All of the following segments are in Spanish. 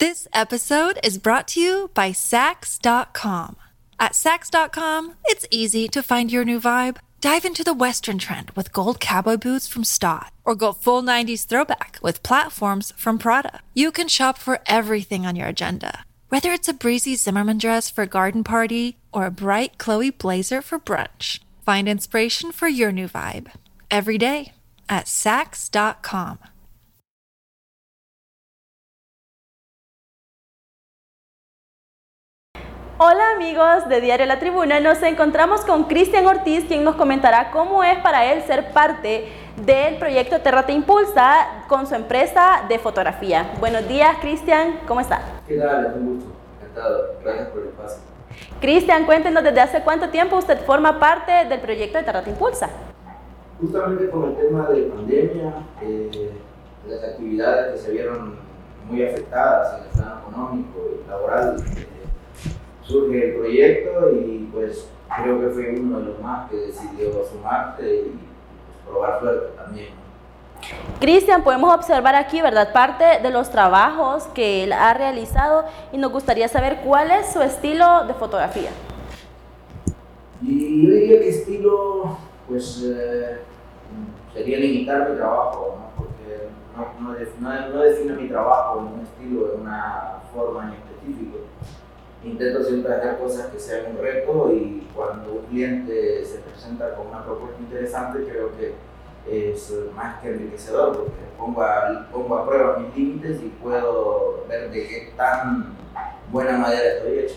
This episode is brought to you by Sax.com. At Sax.com, it's easy to find your new vibe. Dive into the Western trend with gold cowboy boots from Stott, or go full 90s throwback with platforms from Prada. You can shop for everything on your agenda, whether it's a breezy Zimmermann dress for a garden party or a bright Chloe blazer for brunch. Find inspiration for your new vibe every day at Sax.com. Hola amigos de Diario La Tribuna, nos encontramos con Cristian Ortiz, quien nos comentará cómo es para él ser parte del proyecto Terra Te Impulsa con su empresa de fotografía. Buenos días, Cristian, ¿cómo está? ¿Qué tal? Es un gusto, encantado, gracias por el espacio. Cristian, cuéntenos desde hace cuánto tiempo usted forma parte del proyecto de Terra Te Impulsa. Justamente con el tema de pandemia, las actividades que se vieron muy afectadas en el plano económico y laboral, surge el proyecto y pues creo que fui uno de los más que decidió sumarse y pues, probar suerte también. Cristian, podemos observar aquí, ¿verdad?, parte de los trabajos que él ha realizado y nos gustaría saber cuál es su estilo de fotografía. Y yo diría que estilo, pues sería limitar mi trabajo, ¿no? Porque no defino mi trabajo en un estilo, en una forma en específico. Intento siempre hacer cosas que sean un reto y cuando un cliente se presenta con una propuesta interesante creo que es más que enriquecedor porque pongo a prueba mis límites y puedo ver de qué tan buena madera estoy hecho.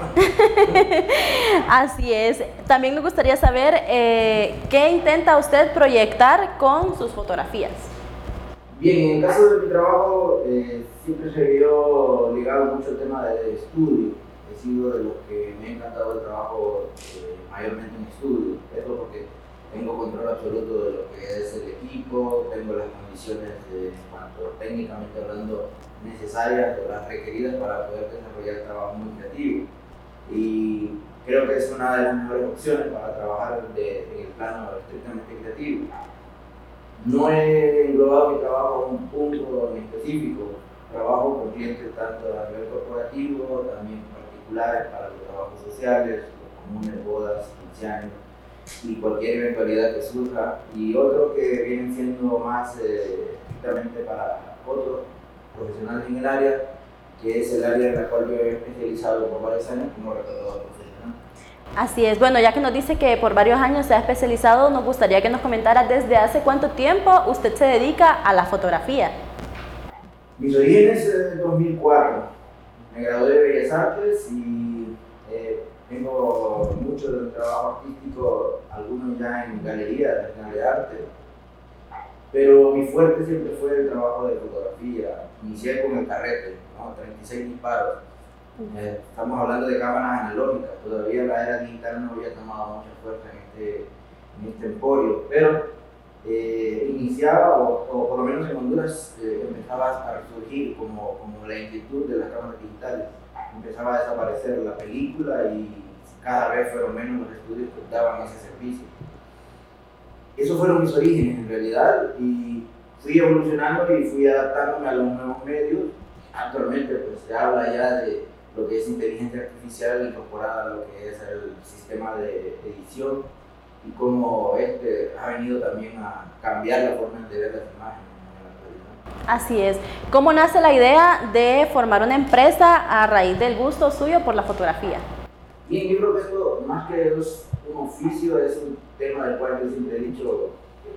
Así es. También me gustaría saber qué intenta usted proyectar con sus fotografías. Bien, en el caso de mi trabajo siempre se vio ligado mucho al tema del estudio. He sido de los que me ha encantado el trabajo mayormente en estudio. Eso porque tengo control absoluto de lo que es el equipo, tengo las condiciones en cuanto técnicamente hablando necesarias o las requeridas para poder desarrollar trabajo muy creativo. Y creo que es una de las mejores opciones para trabajar en el plano estrictamente creativo. No he englobado mi trabajo en un punto en específico. Trabajo con clientes tanto a nivel corporativo, también particulares para los trabajos sociales, los comunes, bodas, 15 años y cualquier eventualidad que surja. Y otro que vienen siendo más estrictamente para otros profesionales en el área, que es el área en la cual yo he especializado por varios años como retratador profesional. Así es. Bueno, ya que nos dice que por varios años se ha especializado, nos gustaría que nos comentara desde hace cuánto tiempo usted se dedica a la fotografía. Mis orígenes en 2004. Me gradué de Bellas Artes y tengo mucho de trabajo artístico, algunos ya en galerías de arte, pero mi fuerte siempre fue el trabajo de fotografía. Inicié con el carrete, ¿no? 36 disparos. Estamos hablando de cámaras analógicas, todavía la era digital no había tomado mucha fuerza en este emporio, pero iniciaba, o por lo menos en Honduras empezaba a resurgir como la inquietud de las cámaras digitales. Empezaba a desaparecer la película y cada vez fueron menos los estudios que daban ese servicio. Esos fueron mis orígenes en realidad y fui evolucionando y fui adaptándome a los nuevos medios. Actualmente pues, se habla ya de lo que es inteligencia artificial incorporada a lo que es el sistema de edición y cómo ha venido también a cambiar la forma de ver las imágenes en la actualidad. Así es. ¿Cómo nace la idea de formar una empresa a raíz del gusto suyo por la fotografía? Bien, yo creo que esto, más que es un oficio, es un tema del cual yo siempre he dicho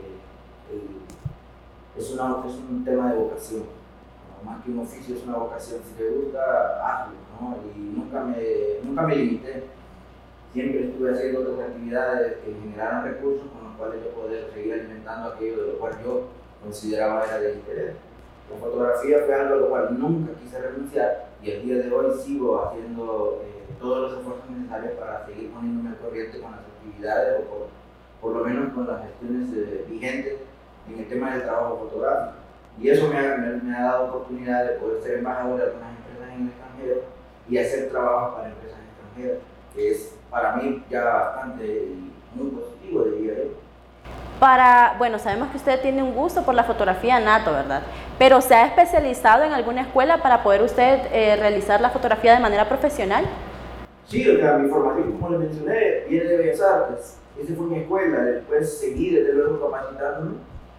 es un tema de vocación. ¿No? Más que un oficio, es una vocación. Si te gusta, hazlo, ¿no? Y nunca me limité. Siempre estuve haciendo otras actividades que generaran recursos con los cuales yo poder seguir alimentando aquello de lo cual yo consideraba era de interés. La fotografía fue algo a lo cual nunca quise renunciar y el día de hoy sigo haciendo todos los esfuerzos necesarios para seguir poniéndome al corriente con las actividades o por lo menos con las gestiones vigentes en el tema del trabajo fotográfico. Y eso me ha dado oportunidad de poder ser embajador de algunas empresas en el extranjero y hacer trabajos para empresas extranjeras, que es para mí ya bastante y muy positivo, diría yo. Bueno, sabemos que usted tiene un gusto por la fotografía nato, ¿verdad? Pero ¿se ha especializado en alguna escuela para poder usted realizar la fotografía de manera profesional? Sí, o sea, mi formación, como le mencioné, viene de Bellas Artes. Esa fue mi escuela, después seguí desde luego capacitándome.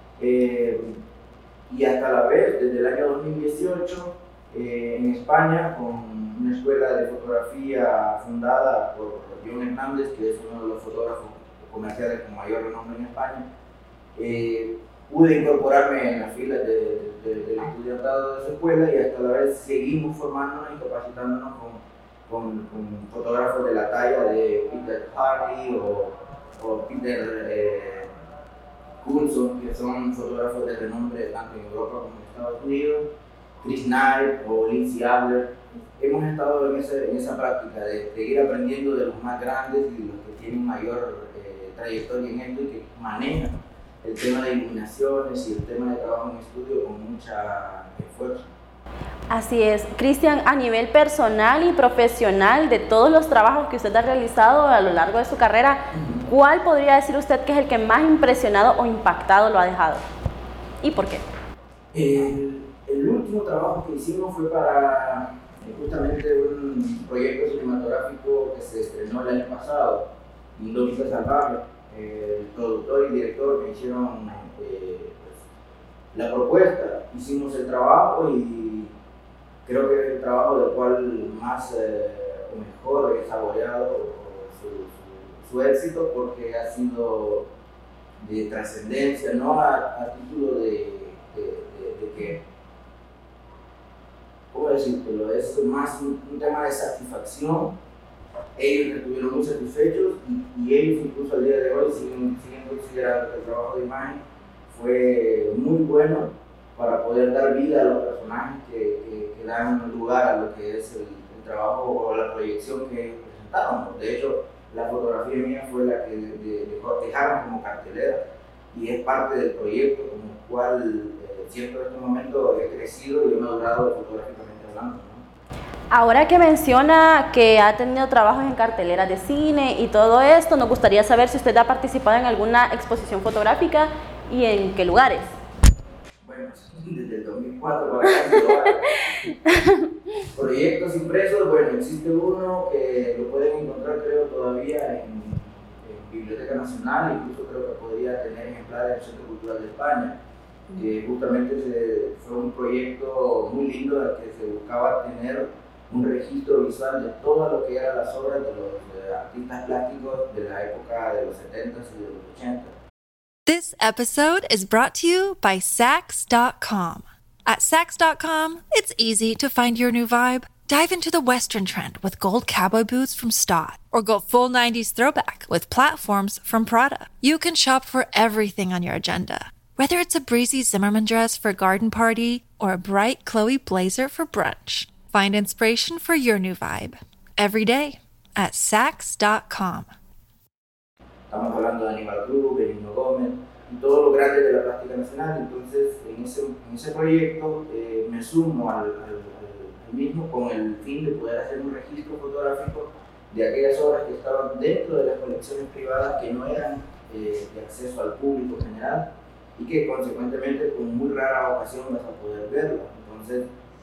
Y hasta la vez, desde el año 2018, en España, con una escuela de fotografía fundada por John Hernández, que es uno de los fotógrafos comerciales con mayor renombre en España, pude incorporarme en las filas del estudiantado de su escuela y hasta la vez seguimos formándonos y capacitándonos con fotógrafos de la talla de Peter Hardy o Peter Coulson, que son fotógrafos de renombre tanto en Europa como en Estados Unidos, Chris Knight o Lindsay Adler. Hemos estado en esa práctica de seguir aprendiendo de los más grandes y de los que tienen mayor trayectoria en esto y que manejan el tema de iluminaciones y el tema de trabajo en estudio con mucha esfuerzo. Así es. Cristian, a nivel personal y profesional, de todos los trabajos que usted ha realizado a lo largo de su carrera, ¿cuál podría decir usted que es el que más impresionado o impactado lo ha dejado? ¿Y por qué? El último trabajo que hicimos fue para justamente un proyecto cinematográfico que se estrenó el año pasado, Indómita Salvaje. El productor y director me hicieron la propuesta, hicimos el trabajo y creo que es el trabajo del cual más o mejor he saboreado su éxito, porque ha sido de trascendencia, no a título de que, ¿cómo decirlo? Es más un tema de satisfacción. Ellos estuvieron muy satisfechos y ellos incluso al día de hoy siguen considerando que el trabajo de imagen fue muy bueno para poder dar vida a los personajes que dan lugar a lo que es el trabajo o la proyección que presentaron. De hecho, la fotografía mía fue la que dejaron como cartelera y es parte del proyecto con el cual siento en este momento he crecido y he madurado fotográficamente hablando, ¿no? Ahora que menciona que ha tenido trabajos en carteleras de cine y todo esto, nos gustaría saber si usted ha participado en alguna exposición fotográfica y en qué lugares. Bueno, desde el 2004 para acá. Proyectos impresos, bueno, existe uno que lo pueden encontrar creo todavía en Biblioteca Nacional, incluso creo que podría tener ejemplares en el Centro Cultural de España. Justamente fue un proyecto muy lindo en el que se buscaba tener un registro visual de todo lo que eran las obras de los artistas plásticos de la época de los 70s y de los 80s. This episode is brought to you by Sax.com. At Sax.com, it's easy to find your new vibe. Dive into the Western trend with gold cowboy boots from Stott, or go full 90s throwback with platforms from Prada. You can shop for everything on your agenda, whether it's a breezy Zimmermann dress for a garden party or a bright Chloe blazer for brunch. Find inspiration for your new vibe every day at Sax.com. Estamos hablando de Aníbal Cruz, Benigno Gómez y todos los grandes de la plástica nacional. Entonces, en ese proyecto me sumo al mismo con el fin de poder hacer un registro fotográfico de aquellas obras que estaban dentro de las colecciones privadas que no eran de acceso al público general y que consecuentemente con muy rara ocasión vas a poder verla. Entonces,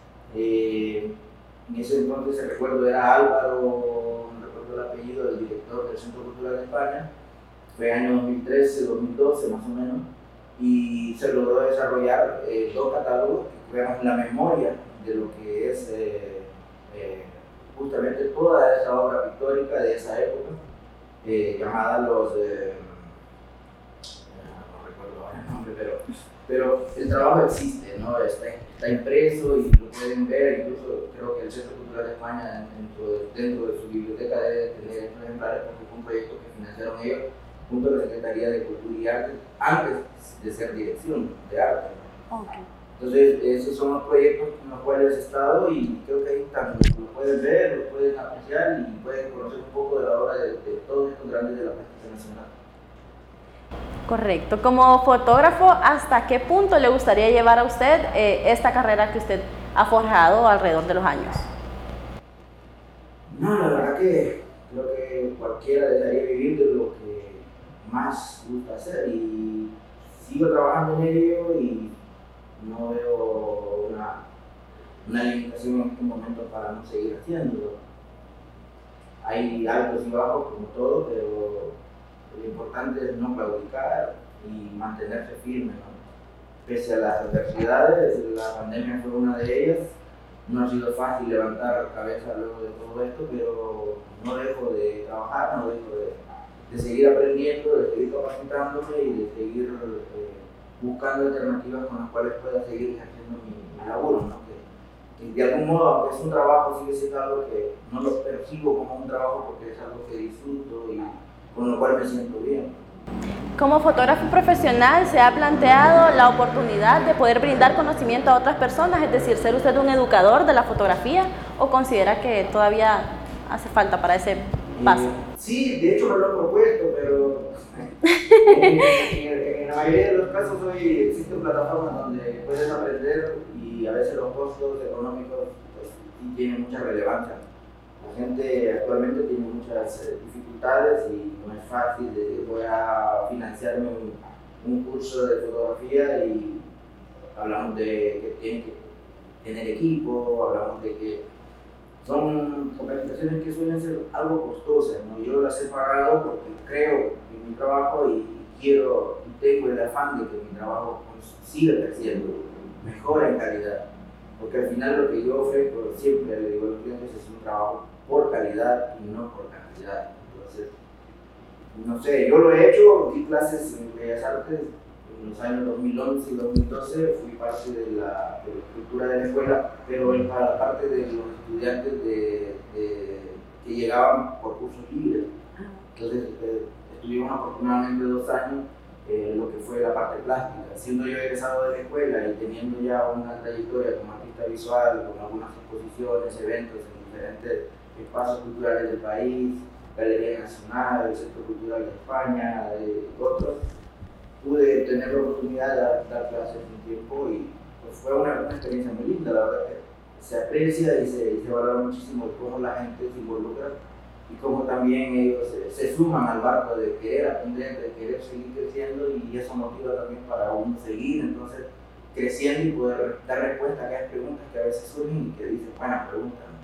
en ese entonces el recuerdo era Álvaro, no recuerdo el apellido del director del Centro Cultural de España, fue año 2013, 2012 más o menos, y se logró desarrollar dos catálogos que creamos la memoria de lo que es justamente toda esa obra pictórica de esa época, llamada los, no recuerdo ahora el nombre, pero el trabajo existe, ¿no? Está impreso y lo pueden ver, incluso creo que el Centro Cultural de España dentro de su biblioteca debe tener estos ejemplares porque fue un proyecto que financiaron ellos junto a la Secretaría de Cultura y Arte antes de ser dirección de arte. Okay. Entonces, esos son los proyectos en los cuales he estado y creo que ahí están, lo pueden ver, lo pueden apreciar y pueden conocer un poco de la obra de todos estos grandes de la plástica nacional. Correcto. Como fotógrafo, ¿hasta qué punto le gustaría llevar a usted esta carrera que usted ha forjado alrededor de los años? No, la verdad que creo que cualquiera desearía vivir de lo que más gusta hacer y sigo trabajando en ello y no veo una limitación en este momento para no seguir haciéndolo. Hay altos y bajos como todo, pero lo importante es no claudicar y mantenerse firme, ¿no? Pese a las adversidades, la pandemia fue una de ellas. No ha sido fácil levantar cabeza luego de todo esto, pero no dejo de trabajar, no dejo de seguir aprendiendo, de seguir capacitándome y de seguir buscando alternativas con las cuales pueda seguir ejerciendo mi laburo, ¿no? Que de algún modo, aunque es un trabajo, sigue siendo algo que no lo percibo como un trabajo porque es algo que disfruto y con lo cual me siento bien. Como fotógrafo profesional, ¿se ha planteado la oportunidad de poder brindar conocimiento a otras personas? Es decir, ¿ser usted un educador de la fotografía o considera que todavía hace falta para ese paso? Sí, de hecho me lo he propuesto, pero en la mayoría de los casos hoy existen plataformas donde puedes aprender y a veces los costos económicos pues, sí tienen mucha relevancia. La gente actualmente tiene muchas dificultades y no es fácil decir voy a financiarme un curso de fotografía y hablamos de que tienen que tener equipo, hablamos de que son capacitaciones que suelen ser algo costosas, ¿no? Yo las he pagado porque creo en mi trabajo y quiero y tengo el afán de que mi trabajo siga creciendo, mejora en calidad, porque al final lo que yo ofrezco siempre le digo a los clientes es un trabajo por calidad y no por cantidad. Entonces, no sé, yo lo he hecho, di clases en Bellas Artes en los años 2011 y 2012, fui parte de la estructura de la escuela, pero para parte de los estudiantes que llegaban por cursos libres. Entonces, estuvimos afortunadamente 2 años en lo que fue la parte plástica. Siendo yo egresado de la escuela y teniendo ya una trayectoria como artista visual, con algunas exposiciones, eventos en diferentes espacios culturales del país, Galería Nacional, el Centro Cultural de España, otros, pude tener la oportunidad de dar clases un tiempo y pues, fue una experiencia muy linda, la verdad que se aprecia y se valora muchísimo cómo la gente se involucra y cómo también ellos se suman al barco de querer aprender, de querer seguir creciendo y eso motiva también para uno seguir entonces creciendo y poder dar respuesta a aquellas preguntas que a veces surgen y que dicen, buena pregunta, ¿no?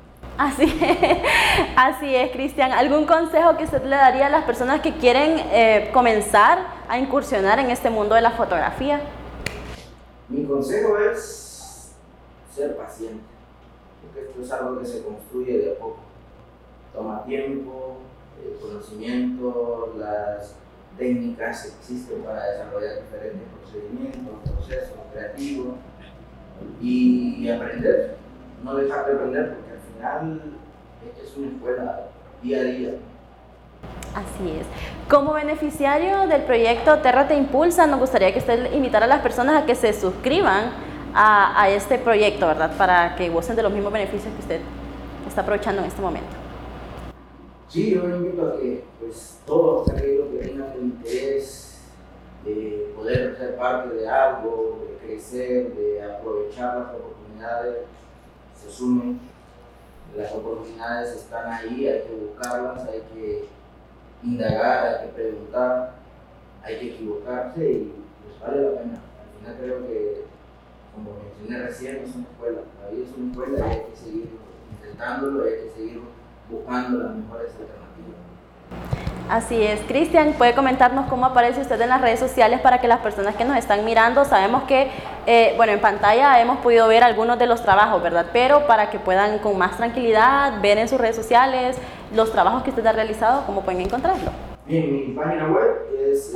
Así es, Cristian. ¿Algún consejo que usted le daría a las personas que quieren comenzar a incursionar en este mundo de la fotografía? Mi consejo es ser paciente, porque esto es algo que se construye de a poco. Toma tiempo, conocimiento, las técnicas existen para desarrollar diferentes procedimientos, procesos creativos y aprender, no dejar de aprender porque al final esta es una escuela día a día. Así es. Como beneficiario del proyecto Terra Te Impulsa, nos gustaría que usted invitara a las personas a que se suscriban a este proyecto, ¿verdad? Para que gocen de los mismos beneficios que usted está aprovechando en este momento. Sí, yo invito a que pues, todos aquellos que tengan el interés de poder ser parte de algo, de crecer, de aprovechar las oportunidades, se sumen. Las oportunidades están ahí, hay que buscarlas, hay que indagar, hay que preguntar, hay que equivocarse y pues vale la pena. Al final creo que, como mencioné recién, es una escuela. La vida es una escuela y hay que seguir intentándolo, hay que seguir buscando las mejores alternativas. Así es. Cristian, ¿puede comentarnos cómo aparece usted en las redes sociales para que las personas que nos están mirando, sabemos que, en pantalla hemos podido ver algunos de los trabajos, ¿verdad? Pero para que puedan con más tranquilidad ver en sus redes sociales los trabajos que usted ha realizado, ¿cómo pueden encontrarlo? Bien, mi página web es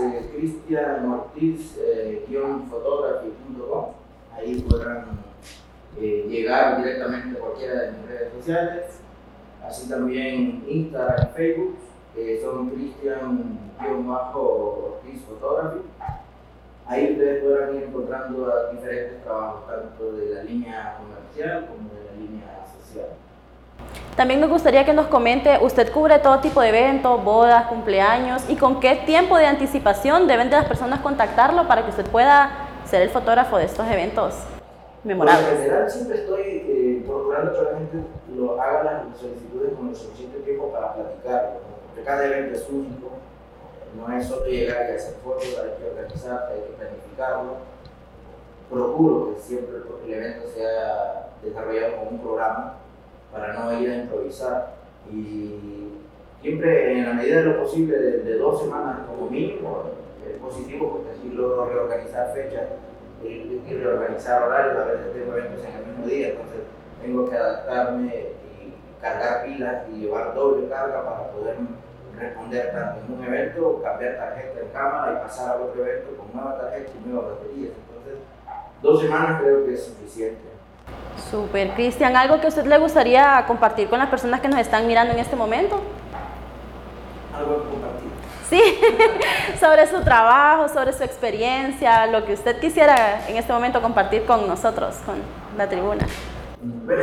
cristianortiz-photography.com. Ahí podrán llegar directamente a cualquiera de mis redes sociales. Así también Instagram y Facebook, son Cristian-Ortiz Photography. Ahí ustedes podrán ir encontrando diferentes trabajos, tanto de la línea comercial como de la línea social. También nos gustaría que nos comente, usted cubre todo tipo de eventos, bodas, cumpleaños, y con qué tiempo de anticipación deben de las personas contactarlo para que usted pueda ser el fotógrafo de estos eventos memorables. En general siempre estoy procurando que la gente lo haga las solicitudes con el suficiente tiempo para platicarlo, ¿no? Porque cada evento es único, no es solo llegar y hacer fotos, hay que organizar, hay que planificarlo. Procuro que siempre el evento sea desarrollado como un programa para no ir a improvisar, y siempre en la medida de lo posible de 2 semanas como mínimo es positivo, porque así logro reorganizar fechas y reorganizar horarios. A veces tengo eventos en el mismo día, entonces tengo que adaptarme y cargar pilas y llevar doble carga para poder responder tanto en un evento, cambiar tarjeta en cámara y pasar a otro evento con nueva tarjeta y nuevas baterías. Entonces 2 semanas creo que es suficiente. Súper, Cristian, ¿algo que a usted le gustaría compartir con las personas que nos están mirando en este momento? Algo que compartir. Sí, sobre su trabajo, sobre su experiencia, lo que usted quisiera en este momento compartir con nosotros, con la tribuna. Bueno,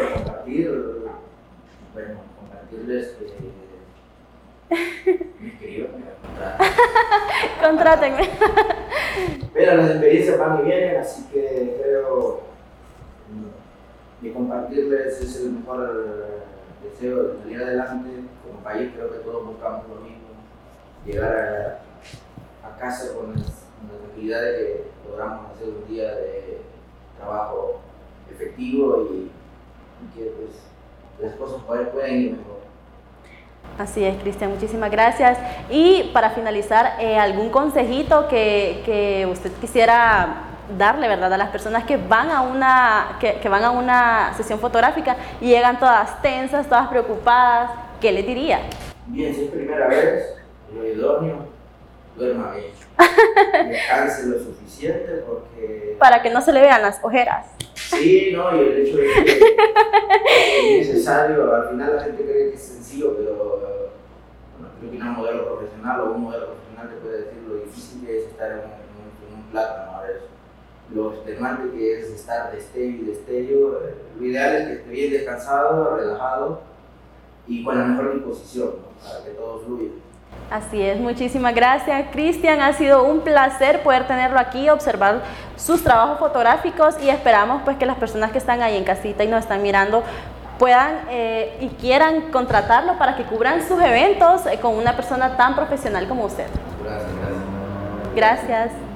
compartirles que me escriban, Contrátenme. Pero las experiencias van y vienen, así que creo que compartirles es el mejor deseo de salir adelante. Como país creo que todos buscamos lo mismo, llegar a casa con las tranquilidades que logramos hacer un día de trabajo efectivo y que pues, las cosas pueden ir mejor. Así es, Cristian, muchísimas gracias. Y para finalizar, ¿algún consejito que usted quisiera darle, verdad, a las personas que van a una sesión fotográfica y llegan todas tensas, todas preocupadas? ¿Qué les diría? Bien, si es primera vez, lo idóneo, duerma bien. Descanse lo suficiente porque... Para que no se le vean las ojeras. Sí, no, y el hecho de que es necesario, al final la gente cree que es sencillo, pero bueno, creo que un modelo profesional te puede decir lo difícil que es estar en un plátano, a ver, lo extenuante que es estar destello y destello. Lo ideal es que esté bien descansado, relajado y con la mejor disposición, ¿no? Para que todo fluya. Así es, muchísimas gracias, Cristian. Ha sido un placer poder tenerlo aquí, observar sus trabajos fotográficos, y esperamos pues que las personas que están ahí en casita y nos están mirando puedan y quieran contratarlo para que cubran sus eventos con una persona tan profesional como usted. Gracias. Gracias.